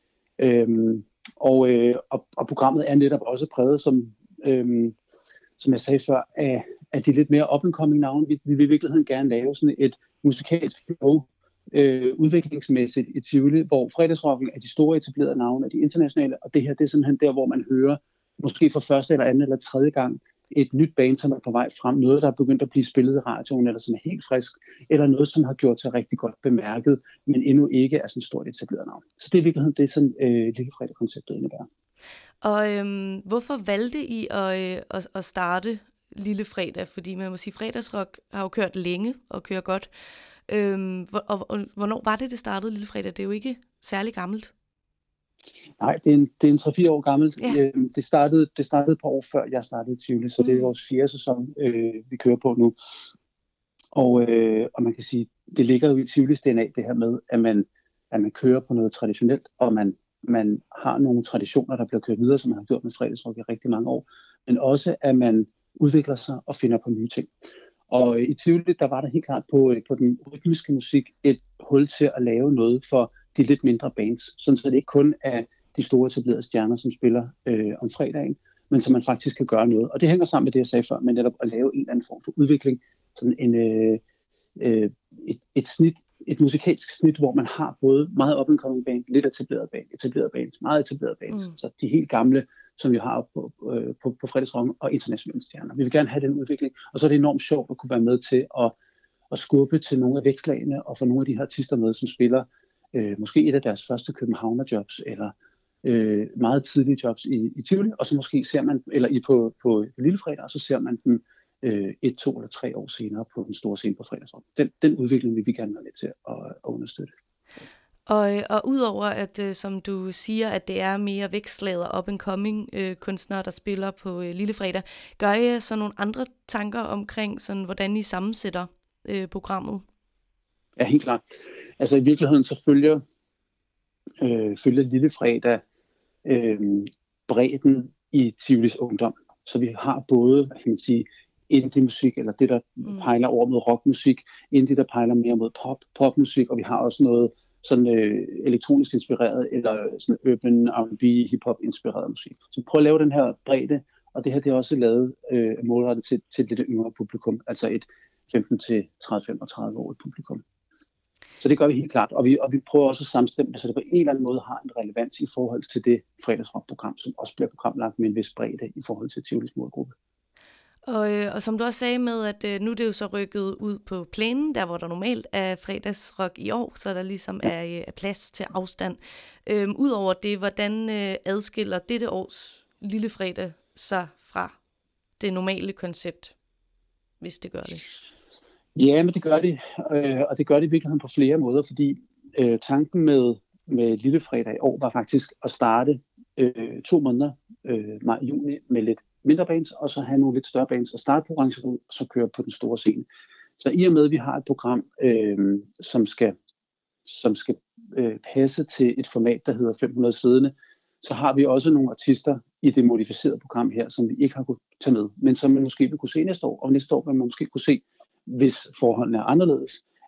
Øhm, og, øh, og, og programmet er netop også præget, som, øhm, som jeg sagde før, af, af de lidt mere up-and-coming navne. Vi, vi vil i virkeligheden gerne lave sådan et musikalsk flow, øh, udviklingsmæssigt i Tivoli, hvor fredagsrocken er de store etablerede navne, er de internationale, og det her det er simpelthen der, hvor man hører måske for første eller anden eller tredje gang et nyt band, som er på vej frem, noget, der er begyndt at blive spillet i radioen, eller som er helt frisk, eller noget, som har gjort sig rigtig godt bemærket, men endnu ikke er sådan stort etableret navn. Så det er i virkeligheden det, som øh, Lille Fredag-konceptet indebærer. Og øhm, hvorfor valgte I at, øh, at, at starte Lille Fredag? Fordi man må sige, fredagsrock har jo kørt længe og kører godt. Øhm, og, og, og hvornår var det, det startede Lille Fredag? Det er jo ikke særlig gammelt. Nej, det er en, det er en tre fire år gammelt. Ja. Øh, det, startede, det startede et par år før, jeg startede i Tivoli, så mm. det er vores fjerde sæson, øh, vi kører på nu. Og, øh, og man kan sige, det ligger jo i Tivolis D N A, det her med, at man, at man kører på noget traditionelt, og man, man har nogle traditioner, der bliver kørt videre, som man har gjort med fredagsrock i rigtig mange år, men også, at man udvikler sig og finder på nye ting. Og øh, i Tivoli, der var der helt klart på, øh, på den rytmiske musik et hul til at lave noget for de lidt mindre bands, sådan så det ikke kun er de store etablerede stjerner, som spiller øh, om fredagen, men så man faktisk kan gøre noget. Og det hænger sammen med det, jeg sagde før, men netop at lave en eller anden form for udvikling, sådan en, øh, øh, et, et snit, et musikalsk snit, hvor man har både meget up-and-coming band, lidt etableret band, etableret bands, meget etableret bands, mm. så de helt gamle, som vi har på, øh, på, på fredagsrocken, og internationale stjerner. Vi vil gerne have den udvikling, og så er det enormt sjovt at kunne være med til at, at skubbe til nogle af vækslagene, og få nogle af de her artister med, som spiller øh, måske et af deres første københavnerjobs, eller øh, meget tidlige jobs i, i Tivoli, og så måske ser man, eller i på, på Lille Fredag, og så ser man dem øh, et, to eller tre år senere på den store scene på fredagsrock. Den, den udvikling vil vi gerne være med til at, at understøtte. Og, og udover at, øh, som du siger, at det er mere vækslaget og up-and-coming øh, kunstnere, der spiller på øh, Lille Fredag, gør I så nogle andre tanker omkring, sådan, hvordan I sammensætter øh, programmet? Ja, helt klart. Altså i virkeligheden så følger, øh, følger Lille Fredag øh, bredden i Tivolis ungdom. Så vi har både, hvad kan man sige, indie-musik, eller det, der mm. pejler over mod rockmusik, indie, der pejler mere mod pop, popmusik, og vi har også noget sådan øh, elektronisk inspireret, eller sådan urban R and B, hip-hop inspireret musik. Så prøv at lave den her bredde, og det her det er også lavet øh, målrettet til, til et lidt yngre publikum, altså et femten til tredive til femogtredive år publikum. Så det gør vi helt klart, og vi, og vi prøver også at samstemme, så det på en eller anden måde har en relevans i forhold til det fredagsrockprogram, som også bliver programlagt med en vis bredde i forhold til Tivolis målgruppe. Og, øh, og som du også sagde med, at øh, nu er det jo så rykket ud på plænen, der hvor der normalt er fredagsrock i år, så der ligesom er, øh, er plads til afstand. Øhm, Udover det, hvordan øh, adskiller dette års Lille Fredag sig fra det normale koncept, hvis det gør det? Ja, men det gør det, øh, og det gør det i virkeligheden på flere måder, fordi øh, tanken med, med Lille Fredag i år var faktisk at starte øh, to måneder, øh, maj og juni, med lidt mindre bands, og så have nogle lidt større bands, og starte på Orangeriet, og så køre på den store scene. Så i og med, at vi har et program, øh, som skal, som skal øh, passe til et format, der hedder fem hundrede siddende, så har vi også nogle artister i det modificerede program her, som vi ikke har kunnet tage med, men som man måske vil kunne se næste år, og næste år vil man måske kunne se, hvis forholdene er anderledes,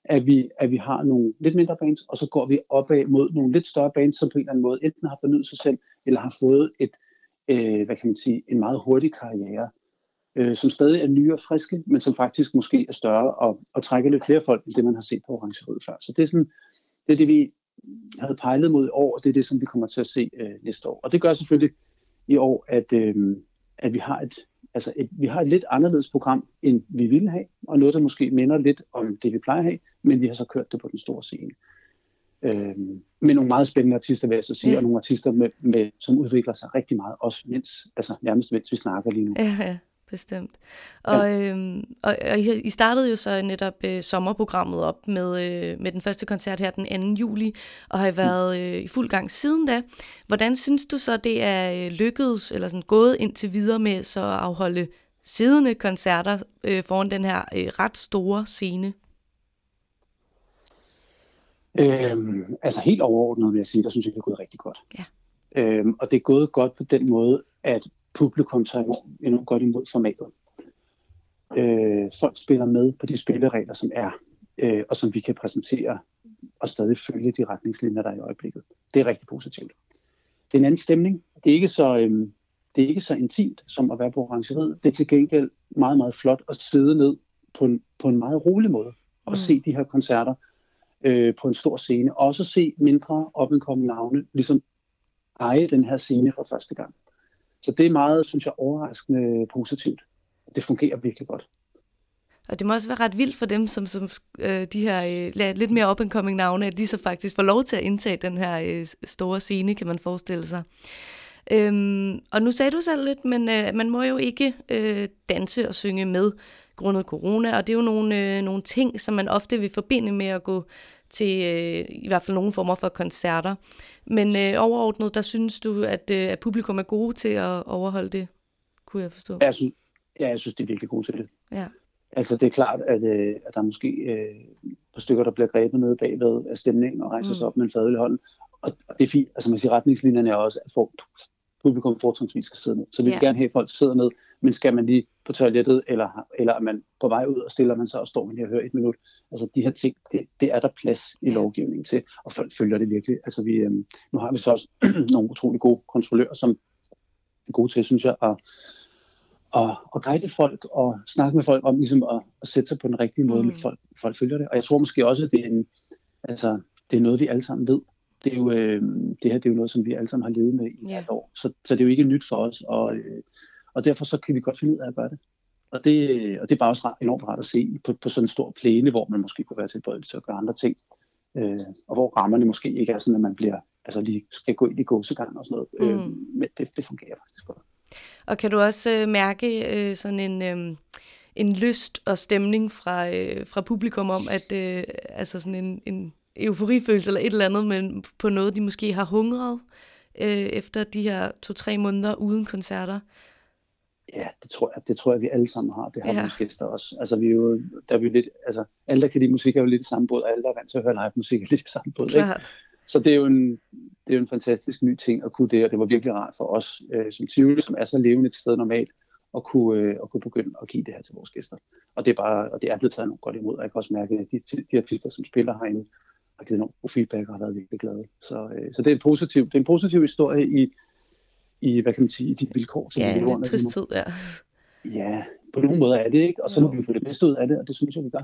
at vi, at vi har nogle lidt mindre bands, og så går vi opad mod nogle lidt større bands, som på en eller anden måde enten har fornyet sig selv, eller har fået et, øh, hvad kan man sige, en meget hurtig karriere, øh, som stadig er nye og friske, men som faktisk måske er større og, og trækker lidt flere folk, end det man har set på Orange Rød før. Så det er sådan, det er det, vi havde pejlet mod i år, og det er det, som vi kommer til at se øh, næste år. Og det gør selvfølgelig i år, at, øh, at vi har et Altså et, vi har et lidt anderledes program, end vi ville have, og noget, der måske minder lidt om det, vi plejer at have, men vi har så kørt det på den store scene. Øhm, med nogle meget spændende artister, vil jeg så sige, ja. Og nogle artister, med, med, som udvikler sig rigtig meget, også mens, altså nærmest mens vi snakker lige nu. Ja, ja, bestemt. Og, ja. øhm, og, og I startede jo så netop øh, sommerprogrammet op med, øh, med den første koncert her den anden juli, og har I været øh, i fuld gang siden da. Hvordan synes du så, det er øh, lykkedes, eller sådan gået indtil videre med så at afholde siddende koncerter øh, foran den her øh, ret store scene? Øhm, altså helt overordnet vil jeg sige, der synes jeg, det er gået rigtig godt. Ja. Øhm, og det er gået godt på den måde, at publikum tager enormt godt imod formatet. Øh, folk spiller med på de spilleregler, som er, øh, og som vi kan præsentere, og stadig følge de retningslinjer, der er i øjeblikket. Det er rigtig positivt. Det er en anden stemning. Det er ikke så, øh, det er ikke så intimt, som at være på Orangeriet. Det er til gengæld meget, meget flot at sidde ned på en, på en meget rolig måde, og mm. se de her koncerter øh, på en stor scene. Og også se mindre up-and-coming navne, ligesom eje den her scene for første gang. Så det er meget, synes jeg, overraskende positivt. Det fungerer virkelig godt. Og det må også være ret vildt for dem, som, som øh, de her øh, lidt mere up-and-coming navne, at de så faktisk får lov til at indtage den her øh, store scene, kan man forestille sig. Øhm, og nu sagde du selv lidt, men øh, man må jo ikke øh, danse og synge med grundet corona, og det er jo nogle, øh, nogle ting, som man ofte vil forbinde med at gå til øh, i hvert fald nogle former for koncerter. Men øh, overordnet, der synes du, at, øh, at publikum er gode til at overholde det, kunne jeg forstå? Jeg synes, ja, jeg synes, det er virkelig gode til det. Ja. Altså, det er klart, at, øh, at der er måske øh, på stykker, der bliver grebet nede bagved af stemningen og rejser sig mm. op med en fadøl i hånden. Og, og det er fint. Altså, man siger, retningslinjerne er også, at for, publikum fortrinsvis skal sidde ned. Så vi vil yeah. gerne have, at folk sidder ned, men skal man lige på toilettet, eller, eller er man på vej ud, og stiller man sig og står man lige og hører et minut. Altså, de her ting, det, det er der plads i yeah. lovgivningen til, og folk følger det virkelig. Altså, vi, øh, nu har vi så også nogle utrolig gode kontrollører, som er gode til, synes jeg, at Og, og guide folk og snakke med folk om ligesom at, at sætte sig på den rigtige måde, mm. med folk, folk følger det. Og jeg tror måske også, at det er, en, altså, det er noget, vi alle sammen ved. Det, er jo, øh, det her det er jo noget, som vi alle sammen har levet med i yeah. et år. Så, så det er jo ikke nyt for os, og, øh, og derfor så kan vi godt finde ud af at gøre det. Og det, og det er bare også ret, enormt rart at se på, på sådan en stor plæne, hvor man måske kunne være tilbøjelig til at gøre andre ting. Øh, og hvor rammerne måske ikke er sådan, at man bliver, altså lige skal gå ind i gåsegang og sådan noget. Mm. Øh, men det, det fungerer faktisk godt. Og kan du også øh, mærke øh, sådan en, øh, en lyst og stemning fra, øh, fra publikum om, at øh, altså sådan en, en euforifølelse eller et eller andet, men på noget, de måske har hungret øh, efter de her to-tre måneder uden koncerter? Ja, det tror jeg, det tror jeg, vi alle sammen har. Det har ja. vores gæster også. Altså, vi er jo, der er vi lidt, altså, alle, der kan lide musik, er jo lidt i samme båd, og alle, der er vant til at høre live musik, er lidt i samme båd. Ikke? Så det er, jo en, det er jo en fantastisk ny ting at kunne det, og det var virkelig rart for os øh, som Tivoli, som er så levende et sted normalt, at kunne, øh, at kunne begynde at give det her til vores gæster. Og det er, bare, og det er blevet taget nogle godt imod, og jeg kan også mærke, at de, de artister, som spiller herinde, har givet nogle god feedback og har været virkelig glade. Så, øh, så det er en positiv, det er en positiv historie i, i, hvad kan man sige, i de vilkår, som ja, vi lever under. Ja, en tristhed, ja. Ja, på nogle måder er det, ikke? Og så må vi få det bedste ud af det, og det synes jeg, vi gør.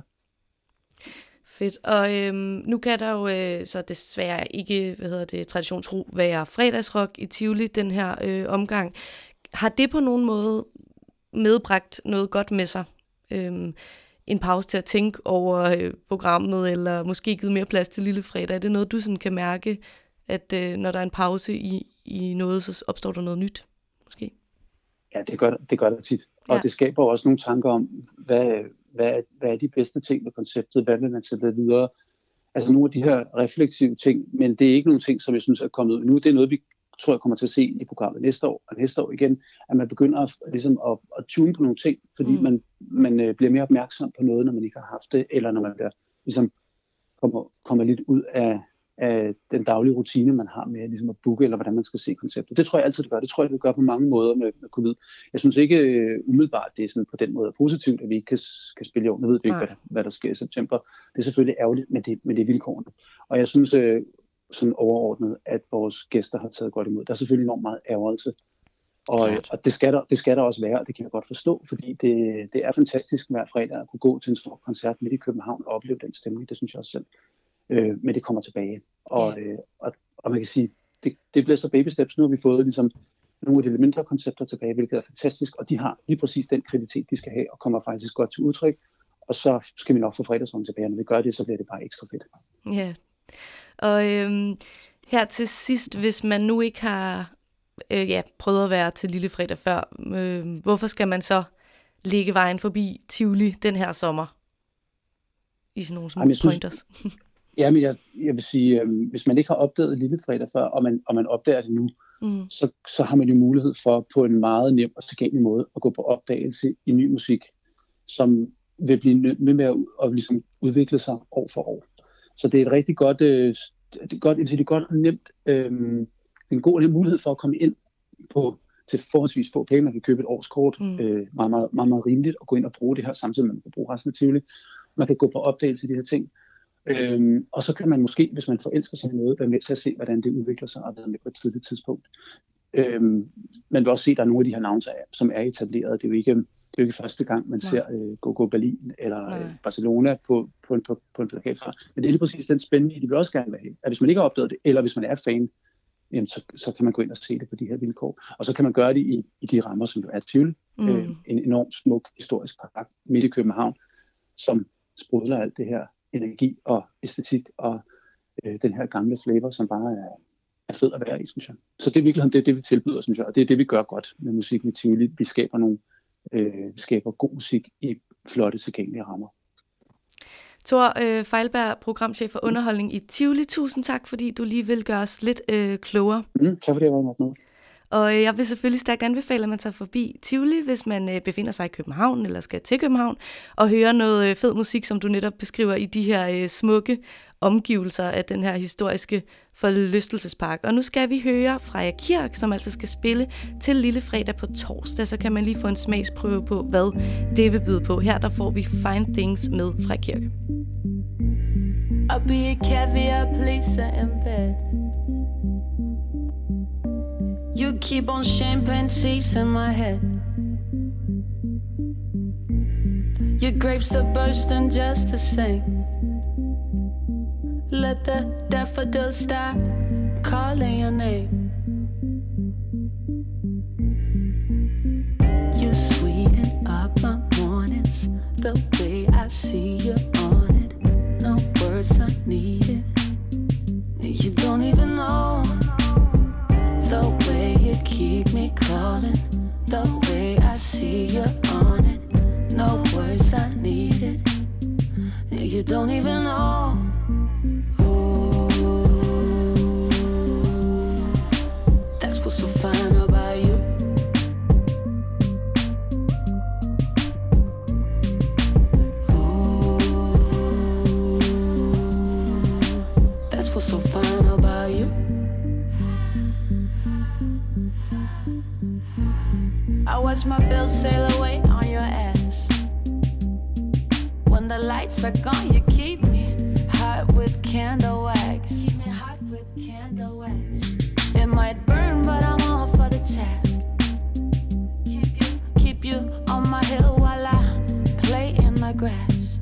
Fedt. Og øhm, nu kan der jo øh, så desværre ikke, hvad hedder det, traditionstro være fredagsrock i Tivoli den her øh, omgang. Har det på nogen måde medbragt noget godt med sig? Øhm, en pause til at tænke over øh, programmet, eller måske givet mere plads til lille fredag? Er det noget, du sådan kan mærke, at øh, når der er en pause i, i noget, så opstår der noget nyt, måske? Ja, det gør, det gør det tit. Og ja. det skaber også nogle tanker om, hvad, hvad, hvad er de bedste ting med konceptet, hvad vil man sætte videre. Altså nogle af de her reflektive ting, men det er ikke nogle ting, som jeg synes er kommet ud nu. Det er noget, vi tror jeg kommer til at se i programmet næste år, og næste år igen, at man begynder at, ligesom at, at tune på nogle ting, fordi mm. man, man øh, bliver mere opmærksom på noget, når man ikke har haft det, eller når man bliver, ligesom kommer, kommer lidt ud af, af den daglige rutine, man har med ligesom at booke, eller hvordan man skal se konceptet. Det tror jeg altid, det gør. Det tror jeg, det gør på mange måder med, med covid. Jeg synes ikke uh, umiddelbart, det er sådan på den måde positivt, at vi ikke kan, kan spille i år. Nu ved vi ikke, hvad, hvad der sker i september. Det er selvfølgelig ærgerligt, men det, men det er vilkårene. Og jeg synes uh, sådan overordnet, at vores gæster har taget godt imod. Der er selvfølgelig enormt meget ærgerelse. Og, og det, skal der, det skal der også være, og det kan jeg godt forstå, fordi det, det er fantastisk hver fredag at kunne gå til en stor koncert midt i København og opleve den stemning. Det synes jeg også selv. Øh, men det kommer tilbage. Og, øh, og, og man kan sige, det, det bliver så baby steps. Nu har vi fået ligesom nogle af de lidt mindre koncepter tilbage, hvilket er fantastisk, og de har lige præcis den kvalitet, de skal have, og kommer faktisk godt til udtryk. Og så skal vi nok få fredagsånden tilbage. Når vi gør det, så bliver det bare ekstra fedt. Ja, og øhm, her til sidst, hvis man nu ikke har øh, ja, prøvet at være til Lille Fredag før, øh, hvorfor skal man så lægge vejen forbi Tivoli den her sommer? I sådan nogle små Jamen, pointers. Ja, men jeg, jeg vil sige, øh, hvis man ikke har opdaget Lille Fredag før, og man, og man opdager det nu, mm. så, så har man jo mulighed for på en meget nem og tilgængelig måde at gå på opdagelse i ny musik, som vil blive med med at, at ligesom udvikle sig år for år. Så det er et rigtig godt, øh, det er godt, det er godt og nemt, øh, det er en god og nem mulighed for at komme ind på til forholdsvis få penge. Man kan købe et årskort, mm. øh, meget, meget, meget, meget rimeligt, og gå ind og bruge det her, samtidig med at man kan bruge resten af Tivoli. Man kan gå på opdagelse i de her ting. Øhm, og så kan man måske, hvis man forelsker sig i noget, være med til at se, hvordan det udvikler sig og være med på et tidligt tidspunkt. Øhm, man vil også se, at der er nogle af de her navne, som er etableret. Det er jo ikke, det er jo ikke første gang, man Nej. ser øh, Go Go Berlin eller øh, Barcelona på, på, en, på, på en plakat fra. Men det er lige præcis den spændende, de vil også gerne være af. At hvis man ikke har opdaget det, eller hvis man er fan, jamen, så, så kan man gå ind og se det på de her vilkår. Og så kan man gøre det i, i de rammer, som jo er Tivoli. Mm. Øh, en enormt smuk historisk park midt i København, som sprudler alt det her energi og æstetik og øh, den her gamle flavor, som bare er, er fed at være i, synes jeg. Så det er virkelig det, det, vi tilbyder, synes jeg, og det er det, vi gør godt med musik med Tivoli. Vi skaber nogle, øh, vi skaber god musik i flotte, tilgængelige rammer. Thor øh, Feilberg, programchef for underholdning i Tivoli. Tusind tak, fordi du lige vil gøre os lidt øh, klogere. Mm, tak fordi jeg var med. Og jeg vil selvfølgelig stærkt anbefale, at man tager forbi Tivoli, hvis man øh, befinder sig i København eller skal til København, og høre noget øh, fed musik, som du netop beskriver i de her øh, smukke omgivelser af den her historiske forlystelsespark. Og nu skal vi høre Freja Kirk, som altså skal spille til Lille Fredag på torsdag, så kan man lige få en smagsprøve på, hvad det vil byde på. Her der får vi Fine Things med Freja Kirk. I'll be a caviar pleaser in bed. You keep on champagne teasing my head. Your grapes are bursting just the same. Let the daffodils start calling your name. You sweeten up my mornings, the way I see you on it. No words are needed. You don't even know the way you keep me calling, the way I see you on it. No words I needed. You don't even know. Ooh, that's what's so fine about you. Ooh, that's what's so fine about you. I watch my bills sail away on your ass. When the lights are gone, you keep me hot with candle wax. Keep me hot with candle wax. It might burn, but I'm all for the task. Keep you, keep you on my hill while I play in the grass.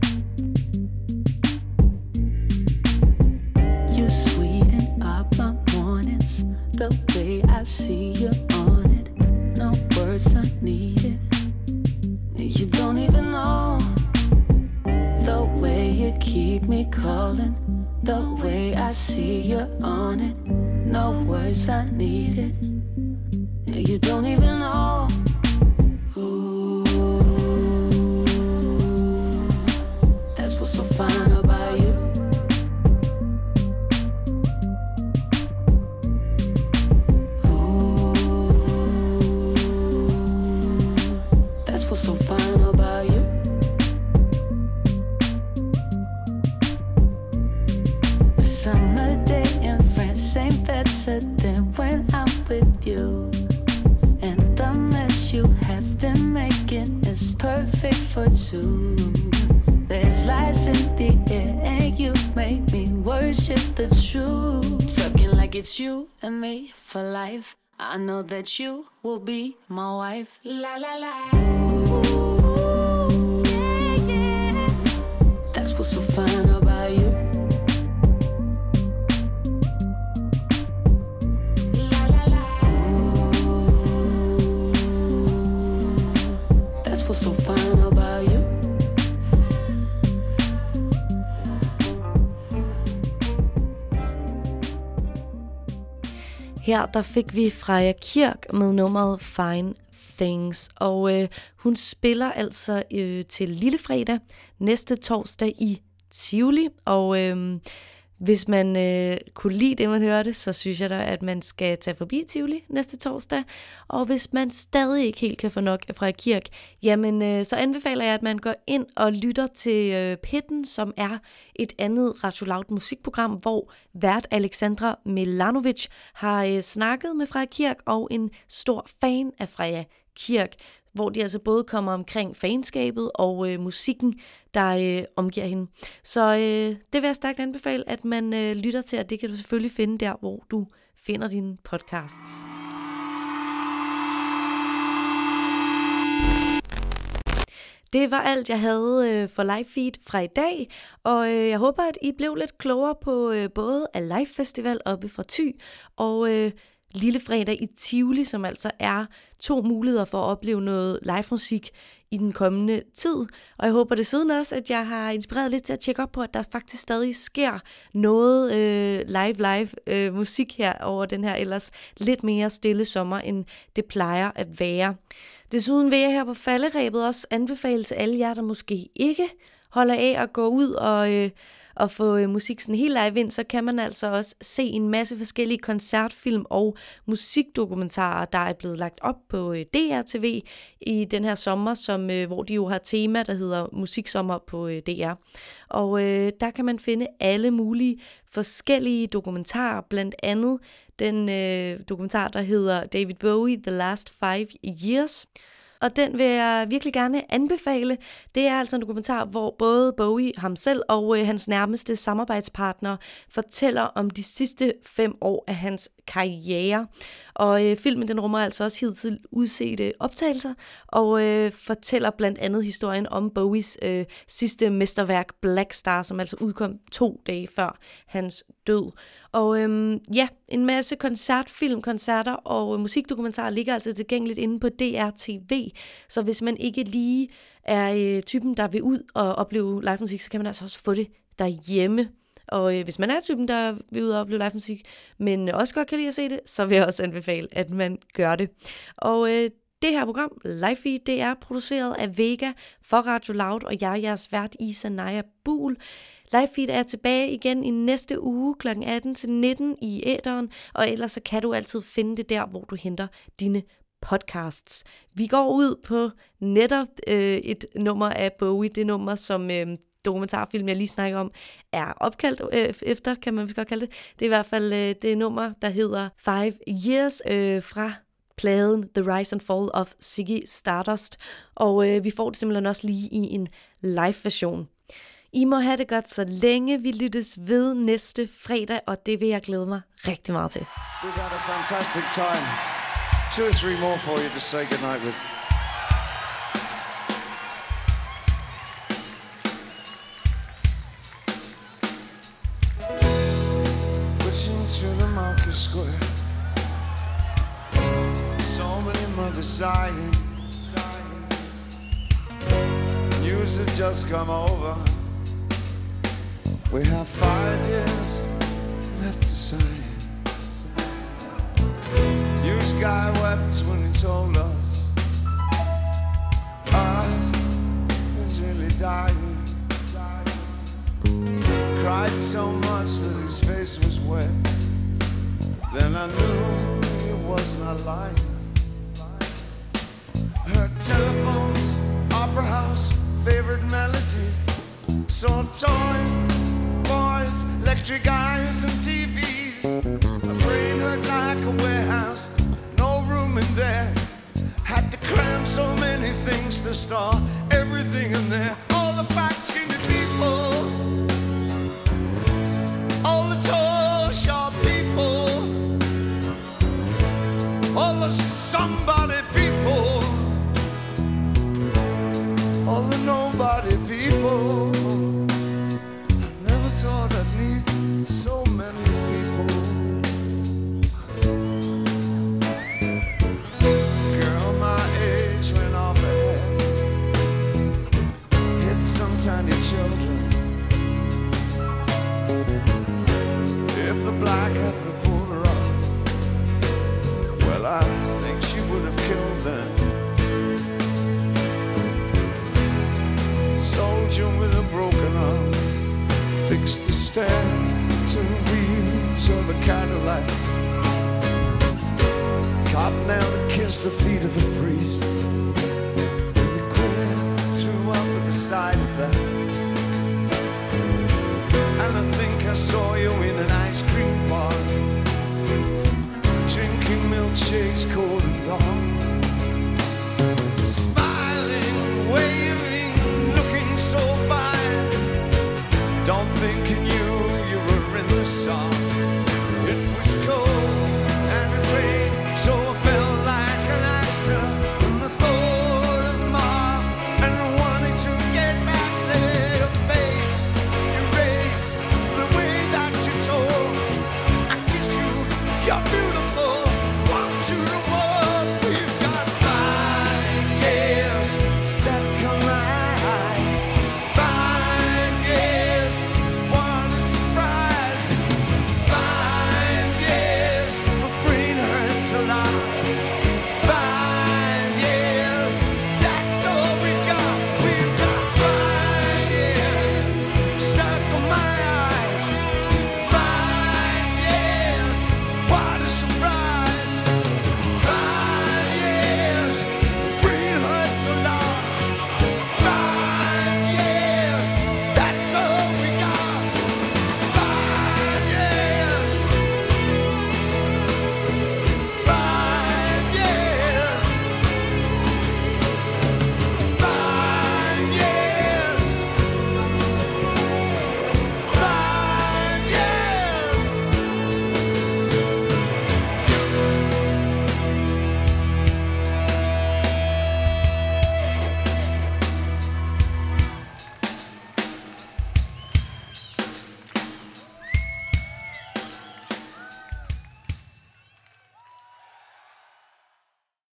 You sweeten up my mornings, the way I see you on it. No words I needed. You don't even know the way you keep me calling, the way I see you on it. No words I needed. You don't even know. Ooh, that's what's so fine about you. So fine about you. Summer day nicer than when I'm with you. And the mess you have been making is perfect for two. There's lies in the air and you make me worship the truth. Talking like it's you and me for life. I know that you will be my wife. La la la. Ooh, yeah, yeah. That's what's so fine about you. La la la. Ooh, that's what's so fine about you. Her der fik vi Freja Kirk med nummeret Fine Things, og øh, hun spiller altså øh, til Lillefredag næste torsdag i Tivoli, og øh, hvis man øh, kunne lide det, man hørte, så synes jeg da, at man skal tage forbi Tivoli næste torsdag, og hvis man stadig ikke helt kan få nok af Freja Kirk, jamen øh, så anbefaler jeg, at man går ind og lytter til øh, Pitten, som er et andet Radio Loud musikprogram, hvor vært Alexandra Milanovic har øh, snakket med Freja Kirk og en stor fan af Freja Kirk, hvor de altså både kommer omkring fanskabet og øh, musikken, der øh, omgiver hende. Så øh, det vil jeg stærkt anbefale, at man øh, lytter til, og det kan du selvfølgelig finde der, hvor du finder dine podcasts. Det var alt, jeg havde øh, for live feed fra i dag, og øh, jeg håber, at I blev lidt klogere på øh, både Alive Festival oppe fra Thy og øh, Lillefredag i Tivoli, som altså er to muligheder for at opleve noget live musik i den kommende tid. Og jeg håber desuden også, at jeg har inspireret lidt til at tjekke op på, at der faktisk stadig sker noget øh, live-live øh, musik her over den her ellers lidt mere stille sommer, end det plejer at være. Desuden vil jeg her på falderebet også anbefale til alle jer, der måske ikke holder af at gå ud og... Øh, og få øh, musik sådan helt live ind, så kan man altså også se en masse forskellige koncertfilm og musikdokumentarer, der er blevet lagt op på øh, D R T V i den her sommer, som, øh, hvor de jo har tema, der hedder Musiksommer på øh, D R. Og øh, der kan man finde alle mulige forskellige dokumentarer, blandt andet den øh, dokumentar, der hedder David Bowie, The Last Five Years. Og den vil jeg virkelig gerne anbefale. Det er altså en dokumentar, hvor både Bowie, ham selv og øh, hans nærmeste samarbejdspartner fortæller om de sidste fem år af hans karriere. Og øh, filmen den rummer altså også hidtil udsete optagelser og øh, fortæller blandt andet historien om Bowies øh, sidste mesterværk Black Star, som altså udkom to dage før hans død. Og øhm, ja, en masse koncertfilm, koncerter og musikdokumentarer ligger altså tilgængeligt inde på D R T V. Så hvis man ikke lige er øh, typen, der vil ud og opleve live musik, så kan man altså også få det derhjemme. Og øh, hvis man er typen, der vil ud og opleve live musik, men også godt kan lide at se det, så vil jeg også anbefale, at man gør det. Og øh, det her program, Live Feed, det er produceret af Vega for Radio Loud, og jeg er jeres vært Isa Naja Buhl. Live Feed er tilbage igen i næste uge klokken atten til nitten i æteren, og ellers så kan du altid finde det der, hvor du henter dine podcasts. Vi går ud på netop øh, et nummer af Bowie, det nummer, som øh, dokumentarfilm, jeg lige snakker om, er opkaldt øh, efter, kan man vist godt kalde det. Det er i hvert fald øh, det nummer, der hedder Five Years øh, fra pladen The Rise and Fall of Ziggy Stardust, og øh, vi får det simpelthen også lige i en live-version. I må have det godt, så længe vi lyttes ved næste fredag, og det vil jeg glæde mig rigtig meget til. We've had a fantastic time. Two or three more for you to say goodnight with. Pushing through the market square, so many mothers sighing. News had just come over. We have five years left to sign. News guy wept when he told us Earth was really dying. Cried so much that his face was wet. Then I knew he was not lying. Her telephones, opera house, favorite melody, so toy boys, electric eyes and T Vs. streets. My brain hurt like a warehouse, no room in there. Had to cram so many things to store everything in there. All the fat skinny people, all the tall short people, all the somebody people, all the nobody people. Never thought I'd need so many people. Girl, my age went off ahead, hit some tiny children. If the black hadn't pulled her off, well, I think she would have killed them. Soldier with a broken arm fixed the steering wheels of a Cadillac. Cop now to kiss the feet of the